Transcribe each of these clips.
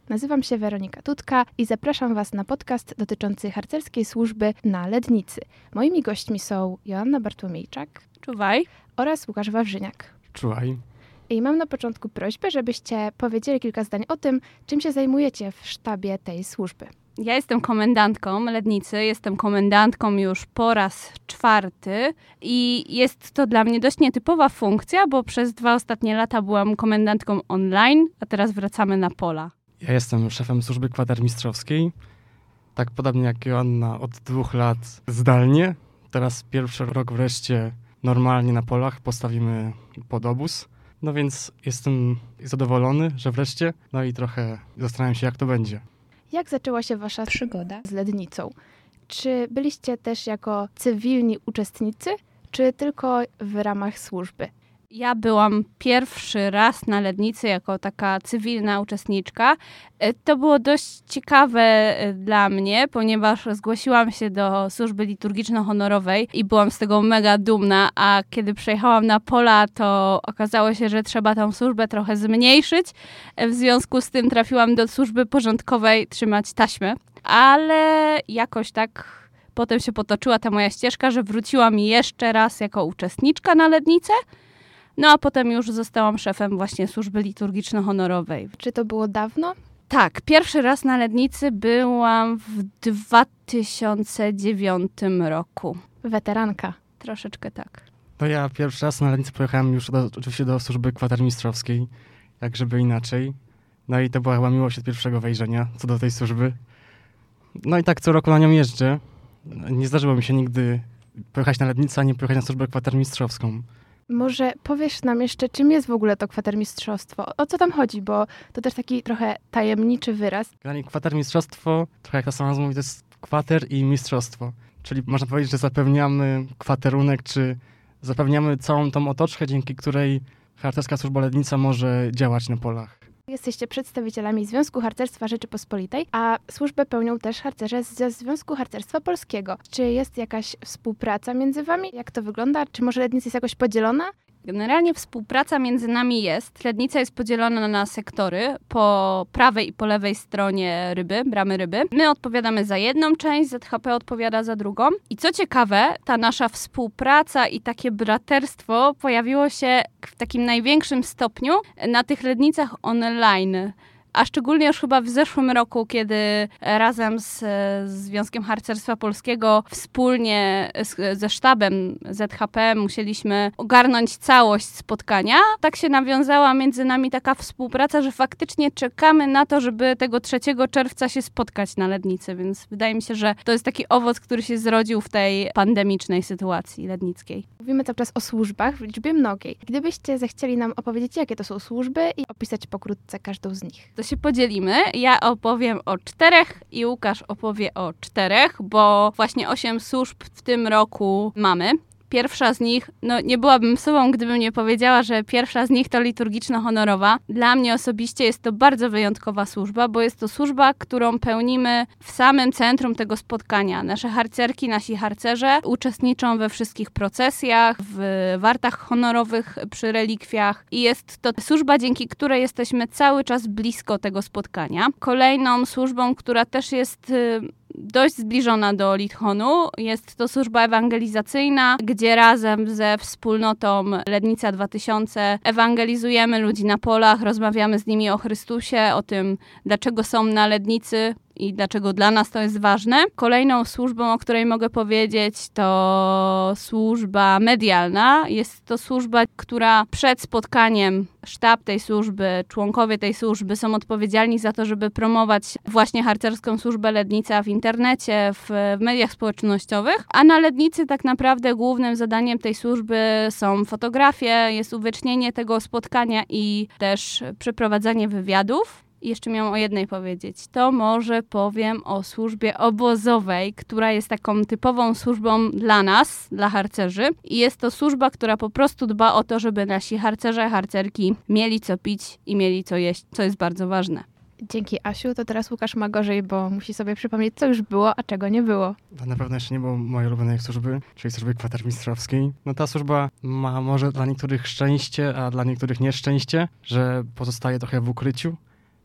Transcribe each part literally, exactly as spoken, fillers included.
Nazywam się Weronika Tutka i zapraszam Was na podcast dotyczący harcerskiej służby na Lednicy. Moimi gośćmi są Joanna Bartłomiejczak. Czuwaj. Oraz Łukasz Wawrzyniak. Czuwaj. I mam na początku prośbę, żebyście powiedzieli kilka zdań o tym, czym się zajmujecie w sztabie tej służby. Ja jestem komendantką Lednicy, jestem komendantką już po raz czwarty i jest to dla mnie dość nietypowa funkcja, bo przez dwa ostatnie lata byłam komendantką online, a teraz wracamy na pola. Ja jestem szefem służby kwatermistrzowskiej, tak podobnie jak Joanna, od dwóch lat zdalnie. Teraz pierwszy rok wreszcie normalnie na polach postawimy pod obóz. No więc jestem zadowolony, że wreszcie, no i trochę zastanawiam się, jak to będzie. Jak zaczęła się wasza przygoda z Lednicą? Czy byliście też jako cywilni uczestnicy, czy tylko w ramach służby? Ja byłam pierwszy raz na Lednicy jako taka cywilna uczestniczka. To było dość ciekawe dla mnie, ponieważ zgłosiłam się do służby liturgiczno-honorowej i byłam z tego mega dumna, a kiedy przyjechałam na pola, to okazało się, że trzeba tą służbę trochę zmniejszyć. W związku z tym trafiłam do służby porządkowej trzymać taśmę, ale jakoś tak potem się potoczyła ta moja ścieżka, że wróciłam jeszcze raz jako uczestniczka na Lednicę. No a potem już zostałam szefem właśnie służby liturgiczno-honorowej. Czy to było dawno? Tak, pierwszy raz na Lednicy byłam w dwa tysiące dziewiątym roku. Weteranka. Troszeczkę tak. No ja pierwszy raz na Lednicy pojechałem już do, oczywiście do służby kwatermistrzowskiej, jak żeby inaczej. No i to była chyba miłość od pierwszego wejrzenia co do tej służby. No i tak co roku na nią jeżdżę. Nie zdarzyło mi się nigdy pojechać na Lednicę, a nie pojechać na służbę kwatermistrzowską. Może powiesz nam jeszcze, czym jest w ogóle to kwatermistrzostwo? O co tam chodzi? Bo to też taki trochę tajemniczy wyraz. Generalnie kwatermistrzostwo, trochę jak ta sama nazwa mówi, to jest kwater i mistrzostwo. Czyli można powiedzieć, że zapewniamy kwaterunek, czy zapewniamy całą tą otoczkę, dzięki której harcerska służba Lednica może działać na polach. Jesteście przedstawicielami Związku Harcerstwa Rzeczypospolitej, a służbę pełnią też harcerze ze Związku Harcerstwa Polskiego. Czy jest jakaś współpraca między wami? Jak to wygląda? Czy może Lednica jest jakoś podzielona? Generalnie współpraca między nami jest. Lednica jest podzielona na sektory po prawej i po lewej stronie ryby, bramy ryby. My odpowiadamy za jedną część, Z H P odpowiada za drugą. I co ciekawe, ta nasza współpraca i takie braterstwo pojawiło się w takim największym stopniu na tych Lednicach online. A szczególnie już chyba w zeszłym roku, kiedy razem z, z Związkiem Harcerstwa Polskiego wspólnie z, ze sztabem Z H P musieliśmy ogarnąć całość spotkania. Tak się nawiązała między nami taka współpraca, że faktycznie czekamy na to, żeby tego trzeciego czerwca się spotkać na Lednicy, więc wydaje mi się, że to jest taki owoc, który się zrodził w tej pandemicznej sytuacji lednickiej. Mówimy cały czas o służbach w liczbie mnogiej. Gdybyście zechcieli nam opowiedzieć, jakie to są służby i opisać pokrótce każdą z nich. To się podzielimy. Ja opowiem o czterech i Łukasz opowie o czterech, bo właśnie osiem służb w tym roku mamy. Pierwsza z nich, no nie byłabym sobą, gdybym nie powiedziała, że pierwsza z nich to liturgiczno-honorowa. Dla mnie osobiście jest to bardzo wyjątkowa służba, bo jest to służba, którą pełnimy w samym centrum tego spotkania. Nasze harcerki, nasi harcerze uczestniczą we wszystkich procesjach, w wartach honorowych przy relikwiach i jest to służba, dzięki której jesteśmy cały czas blisko tego spotkania. Kolejną służbą, która też jest dość zbliżona do Lithonu. Jest to służba ewangelizacyjna, gdzie razem ze wspólnotą Lednica dwa tysiące ewangelizujemy ludzi na polach, rozmawiamy z nimi o Chrystusie, o tym, dlaczego są na Lednicy i dlaczego dla nas to jest ważne. Kolejną służbą, o której mogę powiedzieć, to służba medialna. Jest to służba, która przed spotkaniem sztab tej służby, członkowie tej służby są odpowiedzialni za to, żeby promować właśnie harcerską służbę Lednica w internecie, w, w mediach społecznościowych. A na Lednicy tak naprawdę głównym zadaniem tej służby są fotografie, jest uwiecznienie tego spotkania i też przeprowadzanie wywiadów. I jeszcze miałam o jednej powiedzieć. To może powiem o służbie obozowej, która jest taką typową służbą dla nas, dla harcerzy. I jest to służba, która po prostu dba o to, żeby nasi harcerze, harcerki mieli co pić i mieli co jeść, co jest bardzo ważne. Dzięki, Asiu. To teraz Łukasz ma gorzej, bo musi sobie przypomnieć, co już było, a czego nie było. To na pewno jeszcze nie było mojej ulubionej służby, czyli służby kwatermistrzowskiej. No ta służba ma może dla niektórych szczęście, a dla niektórych nieszczęście, że pozostaje trochę w ukryciu.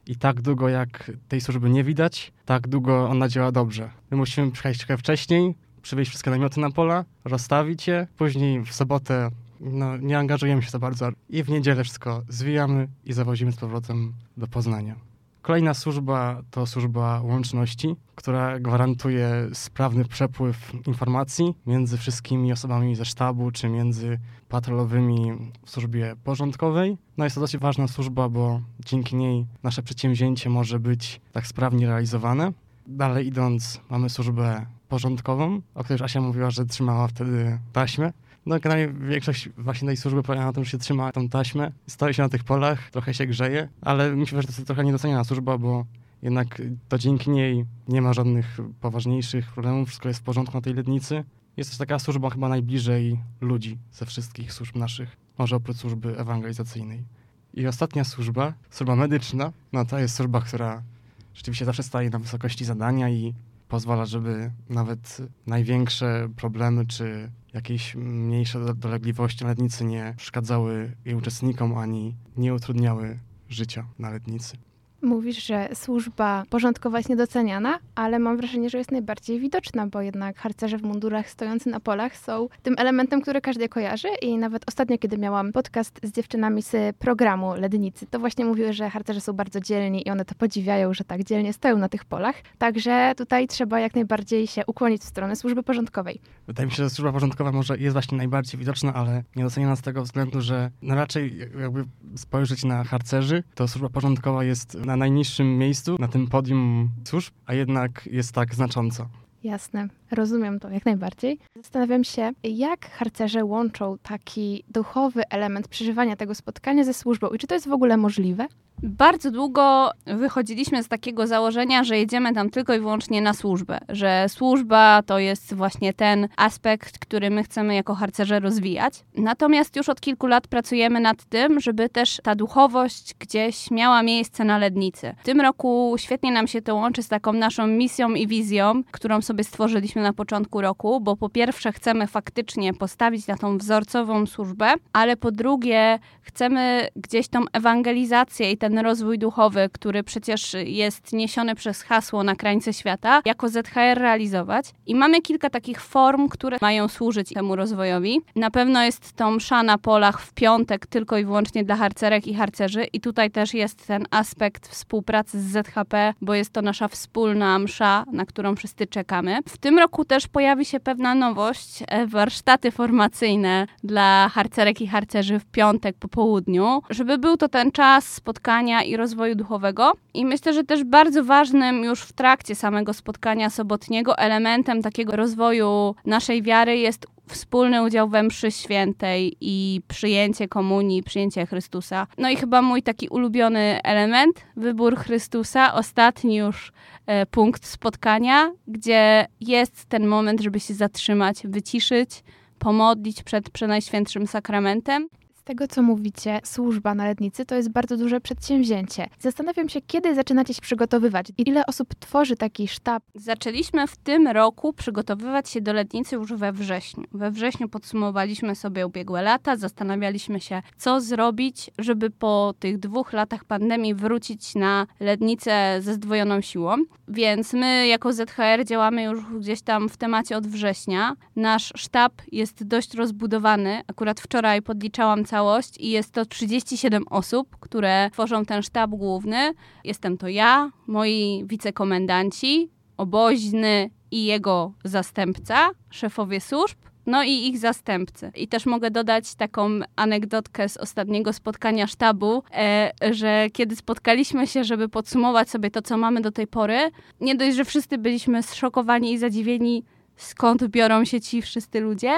i tak długo jak tej służby nie widać, tak długo ona działa dobrze. My musimy przyjechać trochę wcześniej, przywieźć wszystkie namioty na pola, rozstawić je, później w sobotę no, nie angażujemy się za bardzo i w niedzielę wszystko zwijamy i zawozimy z powrotem do Poznania. Kolejna służba to służba łączności, która gwarantuje sprawny przepływ informacji między wszystkimi osobami ze sztabu czy między patrolowymi w służbie porządkowej. No jest to dosyć ważna służba, bo dzięki niej nasze przedsięwzięcie może być tak sprawnie realizowane. Dalej idąc, mamy służbę porządkową, o której już Asia mówiła, że trzymała wtedy taśmę. No generalnie większość właśnie tej służby polega na tym, że się trzyma tą taśmę, stoi się na tych polach, trochę się grzeje, ale myślę, że to jest trochę niedoceniana służba, bo jednak to dzięki niej nie ma żadnych poważniejszych problemów, wszystko jest w porządku na tej Lednicy. Jest też taka służba chyba najbliżej ludzi ze wszystkich służb naszych, może oprócz służby ewangelizacyjnej. I ostatnia służba, służba medyczna, no to jest służba, która rzeczywiście zawsze staje na wysokości zadania i pozwala, żeby nawet największe problemy czy jakieś mniejsze dolegliwości na Lednicy nie przeszkadzały jej uczestnikom ani nie utrudniały życia na Lednicy. Mówisz, że służba porządkowa jest niedoceniana, ale mam wrażenie, że jest najbardziej widoczna, bo jednak harcerze w mundurach stojący na polach są tym elementem, który każdy kojarzy i nawet ostatnio, kiedy miałam podcast z dziewczynami z programu Lednicy, to właśnie mówiły, że harcerze są bardzo dzielni i one to podziwiają, że tak dzielnie stoją na tych polach. Także tutaj trzeba jak najbardziej się ukłonić w stronę służby porządkowej. Wydaje mi się, że służba porządkowa może jest właśnie najbardziej widoczna, ale niedoceniana z tego względu, że no raczej jakby spojrzeć na harcerzy, to służba porządkowa jest na najniższym miejscu, na tym podium służb, a jednak jest tak znacząca. Jasne, rozumiem to jak najbardziej. Zastanawiam się, jak harcerze łączą taki duchowy element przeżywania tego spotkania ze służbą i czy to jest w ogóle możliwe? Bardzo długo wychodziliśmy z takiego założenia, że jedziemy tam tylko i wyłącznie na służbę, że służba to jest właśnie ten aspekt, który my chcemy jako harcerze rozwijać. Natomiast już od kilku lat pracujemy nad tym, żeby też ta duchowość gdzieś miała miejsce na Lednicy. W tym roku świetnie nam się to łączy z taką naszą misją i wizją, którą sobie stworzyliśmy na początku roku, bo po pierwsze chcemy faktycznie postawić na tą wzorcową służbę, ale po drugie chcemy gdzieś tą ewangelizację i ten rozwój duchowy, który przecież jest niesiony przez hasło na krańce świata, jako Z H R realizować. I mamy kilka takich form, które mają służyć temu rozwojowi. Na pewno jest to msza na polach w piątek tylko i wyłącznie dla harcerek i harcerzy i tutaj też jest ten aspekt współpracy z Z H P, bo jest to nasza wspólna msza, na którą wszyscy czekamy. W tym roku też pojawi się pewna nowość, warsztaty formacyjne dla harcerek i harcerzy w piątek po południu, żeby był to ten czas spotkania i rozwoju duchowego. I myślę, że też bardzo ważnym już w trakcie samego spotkania sobotniego elementem takiego rozwoju naszej wiary jest wspólny udział we mszy świętej i przyjęcie komunii, przyjęcie Chrystusa. No i chyba mój taki ulubiony element, wybór Chrystusa, ostatni już e, punkt spotkania, gdzie jest ten moment, żeby się zatrzymać, wyciszyć, pomodlić przed Przenajświętszym Sakramentem. Z tego, co mówicie, służba na Lednicy to jest bardzo duże przedsięwzięcie. Zastanawiam się, kiedy zaczynacie się przygotowywać i ile osób tworzy taki sztab? Zaczęliśmy w tym roku przygotowywać się do Lednicy już we wrześniu. We wrześniu podsumowaliśmy sobie ubiegłe lata, zastanawialiśmy się, co zrobić, żeby po tych dwóch latach pandemii wrócić na Lednicę ze zdwojoną siłą. Więc my jako Z H R działamy już gdzieś tam w temacie od września. Nasz sztab jest dość rozbudowany. Akurat wczoraj podliczałam całość i jest to trzydzieści siedem osób, które tworzą ten sztab główny. Jestem to ja, moi wicekomendanci, oboźny i jego zastępca, szefowie służb, no i ich zastępcy. I też mogę dodać taką anegdotkę z ostatniego spotkania sztabu, e, że kiedy spotkaliśmy się, żeby podsumować sobie to, co mamy do tej pory, nie dość, że wszyscy byliśmy zszokowani i zadziwieni, skąd biorą się ci wszyscy ludzie,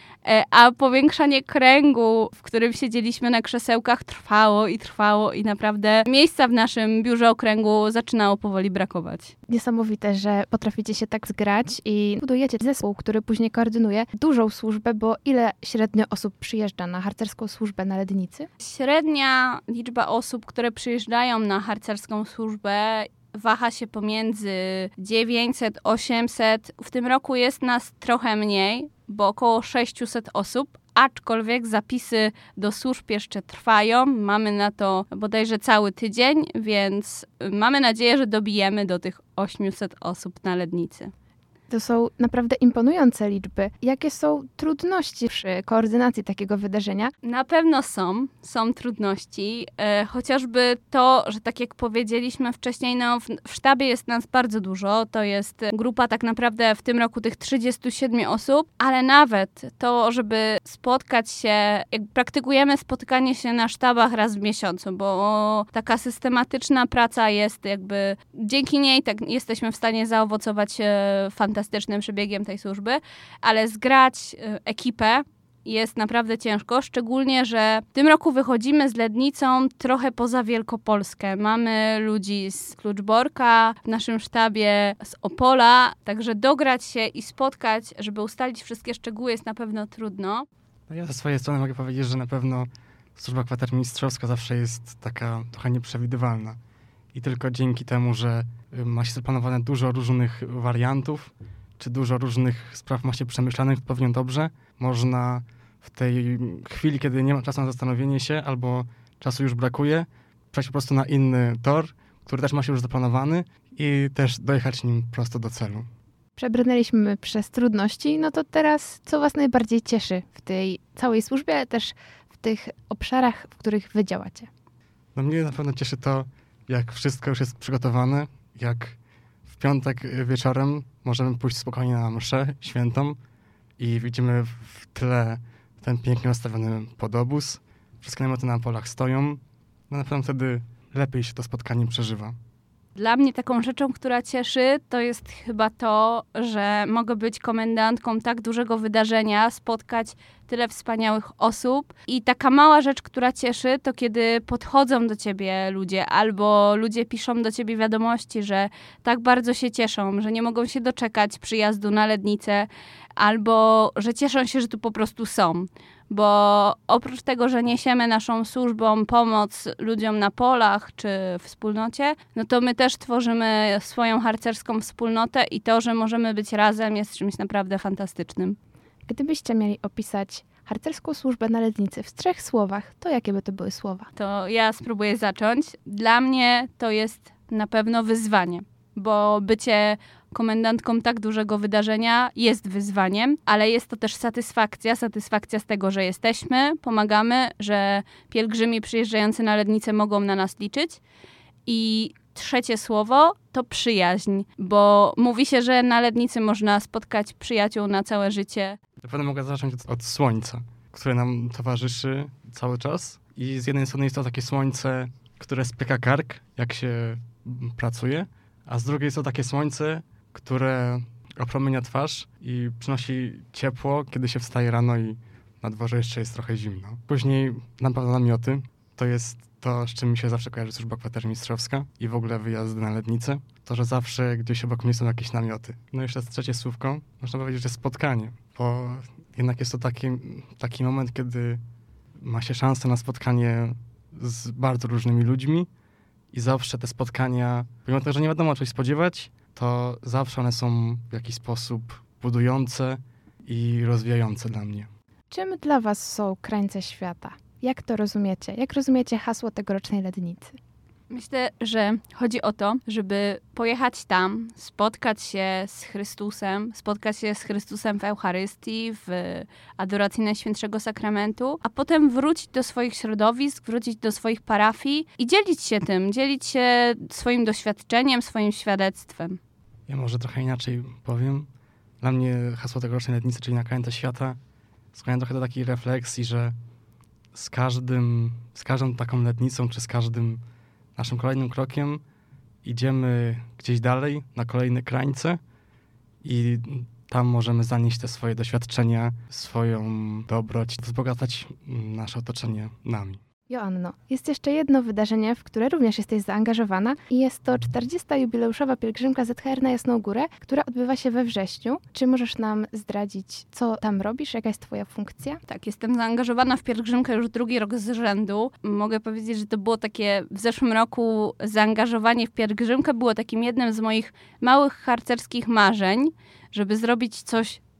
a powiększanie kręgu, w którym siedzieliśmy na krzesełkach, trwało i trwało i naprawdę miejsca w naszym biurze okręgu zaczynało powoli brakować. Niesamowite, że potraficie się tak zgrać i budujecie zespół, który później koordynuje dużą służbę, bo ile średnio osób przyjeżdża na harcerską służbę na Lednicy? Średnia liczba osób, które przyjeżdżają na harcerską służbę waha się pomiędzy dziewięćset a osiemset. W tym roku jest nas trochę mniej, bo około sześćset osób, aczkolwiek zapisy do służb jeszcze trwają. Mamy na to bodajże cały tydzień, więc mamy nadzieję, że dobijemy do tych osiemset osób na Lednicy. To są naprawdę imponujące liczby. Jakie są trudności przy koordynacji takiego wydarzenia? Na pewno są, są trudności, e, chociażby to, że tak jak powiedzieliśmy wcześniej, no w, w sztabie jest nas bardzo dużo, to jest grupa tak naprawdę w tym roku tych trzydziestu siedmiu osób, ale nawet to, żeby spotkać się, jak praktykujemy spotykanie się na sztabach raz w miesiącu, bo taka systematyczna praca jest jakby, dzięki niej tak jesteśmy w stanie zaowocować e, fantastycznym przebiegiem tej służby, ale zgrać e, ekipę jest naprawdę ciężko, szczególnie, że w tym roku wychodzimy z Lednicą trochę poza Wielkopolskę. Mamy ludzi z Kluczborka, w naszym sztabie z Opola, także dograć się i spotkać, żeby ustalić wszystkie szczegóły jest na pewno trudno. No ja ze swojej strony mogę powiedzieć, że na pewno służba kwatermistrzowska zawsze jest taka trochę nieprzewidywalna. I tylko dzięki temu, że ma się zaplanowane dużo różnych wariantów, czy dużo różnych spraw ma się przemyślanych odpowiednio dobrze, można w tej chwili, kiedy nie ma czasu na zastanowienie się albo czasu już brakuje, przejść po prostu na inny tor, który też ma się już zaplanowany i też dojechać nim prosto do celu. Przebrnęliśmy przez trudności, no to teraz co was najbardziej cieszy w tej całej służbie, ale też w tych obszarach, w których wy działacie? No mnie na pewno cieszy to, jak wszystko już jest przygotowane, jak w piątek wieczorem możemy pójść spokojnie na mszę świętą i widzimy w tle ten pięknie nastawiony podobóz. Wszystkie namioty na polach stoją. No na pewno wtedy lepiej się to spotkanie przeżywa. Dla mnie taką rzeczą, która cieszy, to jest chyba to, że mogę być komendantką tak dużego wydarzenia, spotkać tyle wspaniałych osób. I taka mała rzecz, która cieszy, to kiedy podchodzą do ciebie ludzie, albo ludzie piszą do ciebie wiadomości, że tak bardzo się cieszą, że nie mogą się doczekać przyjazdu na Lednicę, albo że cieszą się, że tu po prostu są. Bo oprócz tego, że niesiemy naszą służbą pomoc ludziom na polach czy w wspólnocie, no to my też tworzymy swoją harcerską wspólnotę i to, że możemy być razem, jest czymś naprawdę fantastycznym. Gdybyście mieli opisać harcerską służbę na Lednicy w trzech słowach, to jakie by to były słowa? To ja spróbuję zacząć. Dla mnie to jest na pewno wyzwanie, bo bycie komendantką tak dużego wydarzenia jest wyzwaniem, ale jest to też satysfakcja, satysfakcja z tego, że jesteśmy, pomagamy, że pielgrzymi przyjeżdżający na Lednicę mogą na nas liczyć. I trzecie słowo to przyjaźń, bo mówi się, że na Lednicy można spotkać przyjaciół na całe życie. Na pewno mogę zacząć od, od słońca, które nam towarzyszy cały czas. I z jednej strony jest to takie słońce, które spieka kark, jak się pracuje, a z drugiej jest to takie słońce, które opromienia twarz i przynosi ciepło, kiedy się wstaje rano i na dworze jeszcze jest trochę zimno. Później na pewno namioty. To jest to, z czym mi się zawsze kojarzy służba kwatermistrzowska i w ogóle wyjazdy na Lednicę. To, że zawsze gdzieś obok mnie są jakieś namioty. No i jeszcze trzecie słówko, można powiedzieć, że spotkanie, bo jednak jest to taki, taki moment, kiedy ma się szansę na spotkanie z bardzo różnymi ludźmi i zawsze te spotkania, pomimo tego, że nie wiadomo czegoś spodziewać, to zawsze one są w jakiś sposób budujące i rozwijające dla mnie. Czym dla was są krańce świata? Jak to rozumiecie? Jak rozumiecie hasło tegorocznej Lednicy? Myślę, że chodzi o to, żeby pojechać tam, spotkać się z Chrystusem, spotkać się z Chrystusem w Eucharystii, w adoracji Najświętszego Sakramentu, a potem wrócić do swoich środowisk, wrócić do swoich parafii i dzielić się tym, dzielić się swoim doświadczeniem, swoim świadectwem. Ja może trochę inaczej powiem. Dla mnie hasło tegorocznej Lednicy, czyli na krańce świata, skłania trochę do takiej refleksji, że z każdym, z każdą taką Lednicą, czy z każdym naszym kolejnym krokiem idziemy gdzieś dalej, na kolejne krańce i tam możemy zanieść te swoje doświadczenia, swoją dobroć, wzbogacać nasze otoczenie nami. Joanno, jest jeszcze jedno wydarzenie, w które również jesteś zaangażowana i jest to czterdziesta jubileuszowa pielgrzymka Z H R na Jasną Górę, która odbywa się we wrześniu. Czy możesz nam zdradzić, co tam robisz? Jaka jest twoja funkcja? Tak, jestem zaangażowana w pielgrzymkę już drugi rok z rzędu. Mogę powiedzieć, że to było takie w zeszłym roku zaangażowanie w pielgrzymkę było takim jednym z moich małych harcerskich marzeń, żeby zrobić coś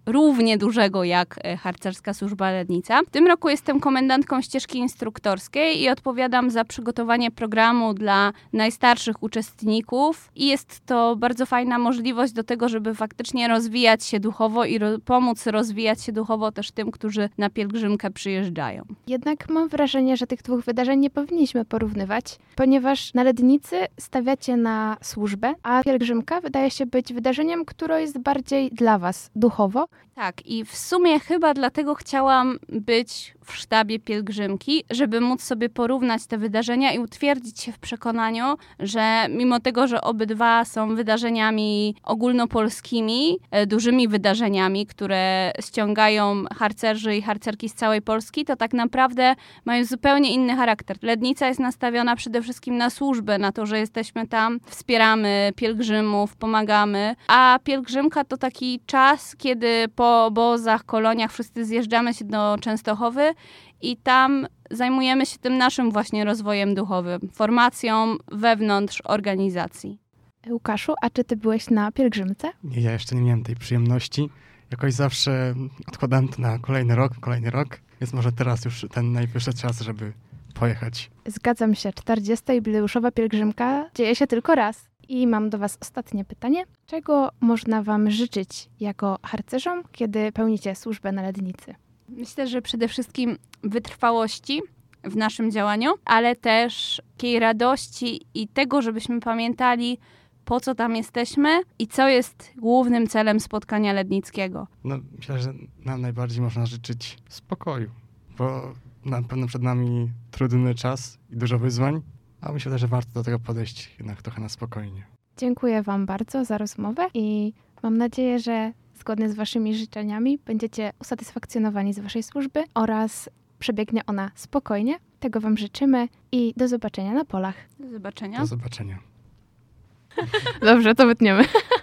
równie dużego jak harcerska służba Lednica. W tym roku jestem komendantką ścieżki instruktorskiej i odpowiadam za przygotowanie programu dla najstarszych uczestników i jest to bardzo fajna możliwość do tego, żeby faktycznie rozwijać się duchowo i ro- pomóc rozwijać się duchowo też tym, którzy na pielgrzymkę przyjeżdżają. Jednak mam wrażenie, że tych dwóch wydarzeń nie powinniśmy porównywać, ponieważ na Lednicy stawiacie na służbę, a pielgrzymka wydaje się być wydarzeniem, które jest bardziej dla was duchowo. Tak, i w sumie chyba dlatego chciałam być w sztabie pielgrzymki, żeby móc sobie porównać te wydarzenia i utwierdzić się w przekonaniu, że mimo tego, że obydwa są wydarzeniami ogólnopolskimi, e, dużymi wydarzeniami, które ściągają harcerzy i harcerki z całej Polski, to tak naprawdę mają zupełnie inny charakter. Lednica jest nastawiona przede wszystkim na służbę, na to, że jesteśmy tam, wspieramy pielgrzymów, pomagamy, a pielgrzymka to taki czas, kiedy po obozach, koloniach wszyscy zjeżdżamy się do Częstochowy i tam zajmujemy się tym naszym właśnie rozwojem duchowym, formacją wewnątrz organizacji. Łukaszu, a czy ty byłeś na pielgrzymce? Nie, ja jeszcze nie miałem tej przyjemności. Jakoś zawsze odkładałem to na kolejny rok, kolejny rok, więc może teraz już ten najwyższy czas, żeby pojechać. Zgadzam się, czterdziesta jubileuszowa pielgrzymka dzieje się tylko raz. I mam do was ostatnie pytanie. Czego można wam życzyć jako harcerzom, kiedy pełnicie służbę na Lednicy? Myślę, że przede wszystkim wytrwałości w naszym działaniu, ale też takiej radości i tego, żebyśmy pamiętali, po co tam jesteśmy i co jest głównym celem spotkania lednickiego. No, myślę, że nam najbardziej można życzyć spokoju, bo na pewno przed nami trudny czas i dużo wyzwań, a myślę, że warto do tego podejść jednak trochę na spokojnie. Dziękuję wam bardzo za rozmowę i mam nadzieję, że zgodnie z waszymi życzeniami będziecie usatysfakcjonowani z waszej służby oraz przebiegnie ona spokojnie. Tego wam życzymy i do zobaczenia na polach. Do zobaczenia. Do zobaczenia. Dobrze, to wytniemy.